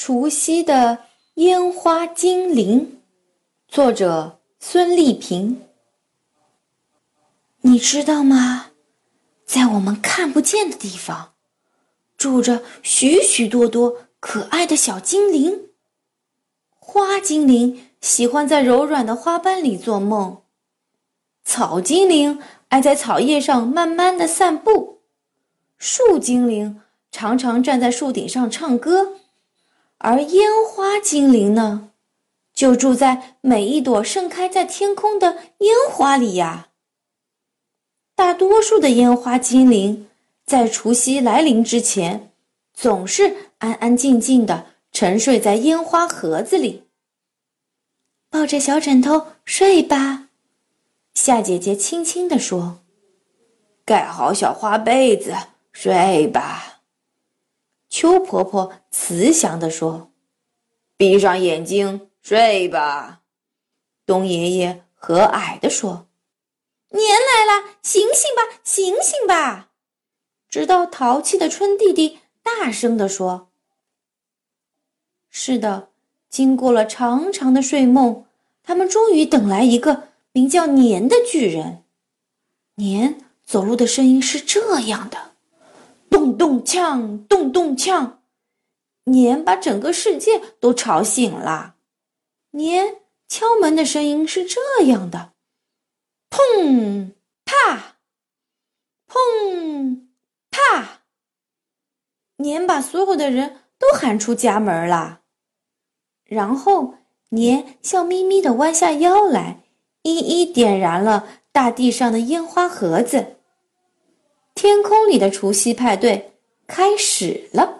除夕的烟花精灵，作者孙丽萍。你知道吗？在我们看不见的地方，住着许许多多可爱的小精灵。花精灵喜欢在柔软的花瓣里做梦，草精灵爱在草叶上慢慢地散步，树精灵常常站在树顶上唱歌，而烟花精灵呢，就住在每一朵盛开在天空的烟花里呀。大多数的烟花精灵在除夕来临之前，总是安安静静地沉睡在烟花盒子里。抱着小枕头睡吧，夏姐姐轻轻地说。盖好小花被子睡吧，秋婆婆慈祥地说。闭上眼睛睡吧，冬爷爷和蔼地说。年来了，醒醒吧，醒醒吧！直到淘气的春弟弟大声地说。是的，经过了长长的睡梦，他们终于等来一个名叫年的巨人。年走路的声音是这样的，咚咚锵，咚咚锵。年把整个世界都吵醒了。年敲门的声音是这样的，砰啪，砰啪。年把所有的人都喊出家门了。然后年笑眯眯地弯下腰来，一一点燃了大地上的烟花盒子。天空里的除夕派对开始了。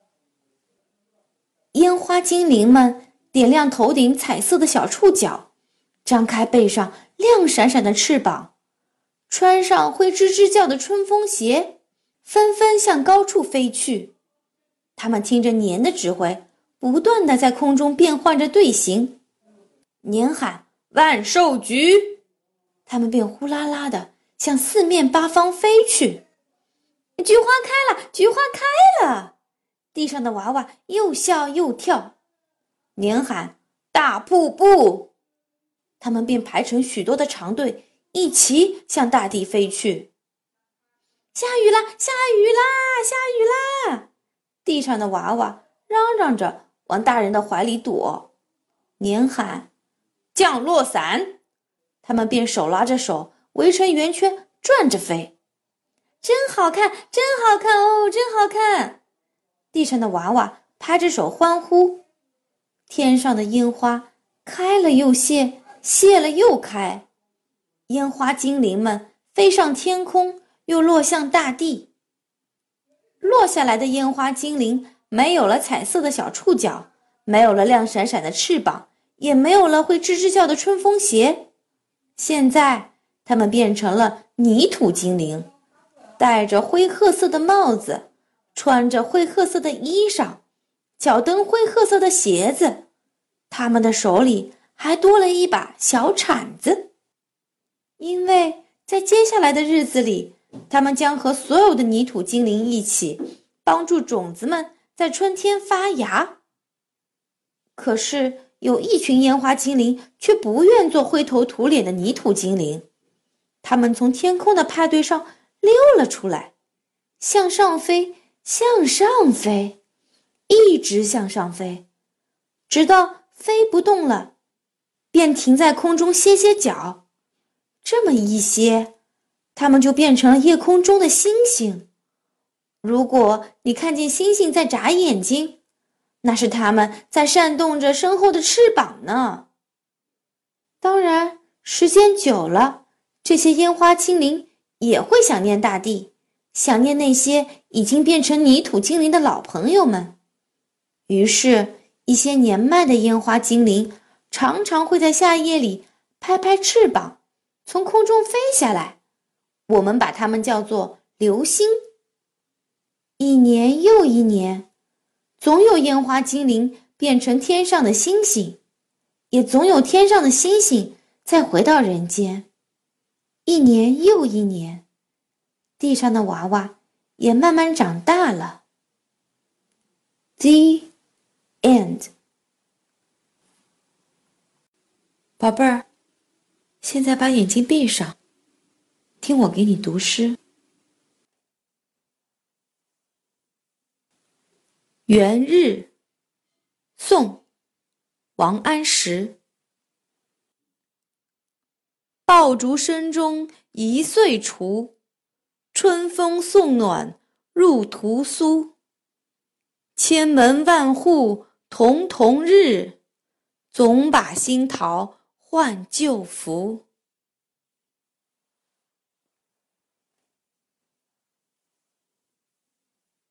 烟花精灵们点亮头顶彩色的小触角，张开背上亮闪闪的翅膀，穿上会吱吱叫的春风鞋，纷纷向高处飞去。他们听着年的指挥，不断地在空中变换着队形。年喊万寿菊，他们便呼啦啦地向四面八方飞去。菊花开了，菊花开了！地上的娃娃又笑又跳。年喊大瀑布，他们便排成许多的长队，一起向大地飞去。下雨啦，下雨啦，下雨啦！地上的娃娃嚷嚷着往大人的怀里躲。年喊降落伞，他们便手拉着手围成圆圈转着飞。真好看，真好看哦，真好看！地上的娃娃拍着手欢呼。天上的烟花开了又谢，谢了又开。烟花精灵们飞上天空，又落向大地。落下来的烟花精灵没有了彩色的小触角，没有了亮闪闪的翅膀，也没有了会吱吱叫的春风鞋。现在它们变成了泥土精灵，戴着灰褐色的帽子，穿着灰褐色的衣裳，脚蹬灰褐色的鞋子，他们的手里还多了一把小铲子。因为在接下来的日子里，他们将和所有的泥土精灵一起帮助种子们在春天发芽。可是有一群烟花精灵却不愿做灰头土脸的泥土精灵，他们从天空的派对上溜了出来，向上飞，向上飞，一直向上飞，直到飞不动了，便停在空中歇歇脚。这么一歇，它们就变成了夜空中的星星。如果你看见星星在眨眼睛，那是它们在扇动着身后的翅膀呢。当然，时间久了，这些烟花精灵也会想念大地，想念那些已经变成泥土精灵的老朋友们。于是，一些年迈的烟花精灵常常会在夏夜里拍拍翅膀，从空中飞下来，我们把它们叫做流星。一年又一年，总有烟花精灵变成天上的星星，也总有天上的星星再回到人间。一年又一年，地上的娃娃也慢慢长大了。The end。宝贝儿，现在把眼睛闭上，听我给你读诗。元日，宋，王安石。爆竹声中一岁除，春风送暖入屠苏。千门万户曈曈日，总把新桃换旧符。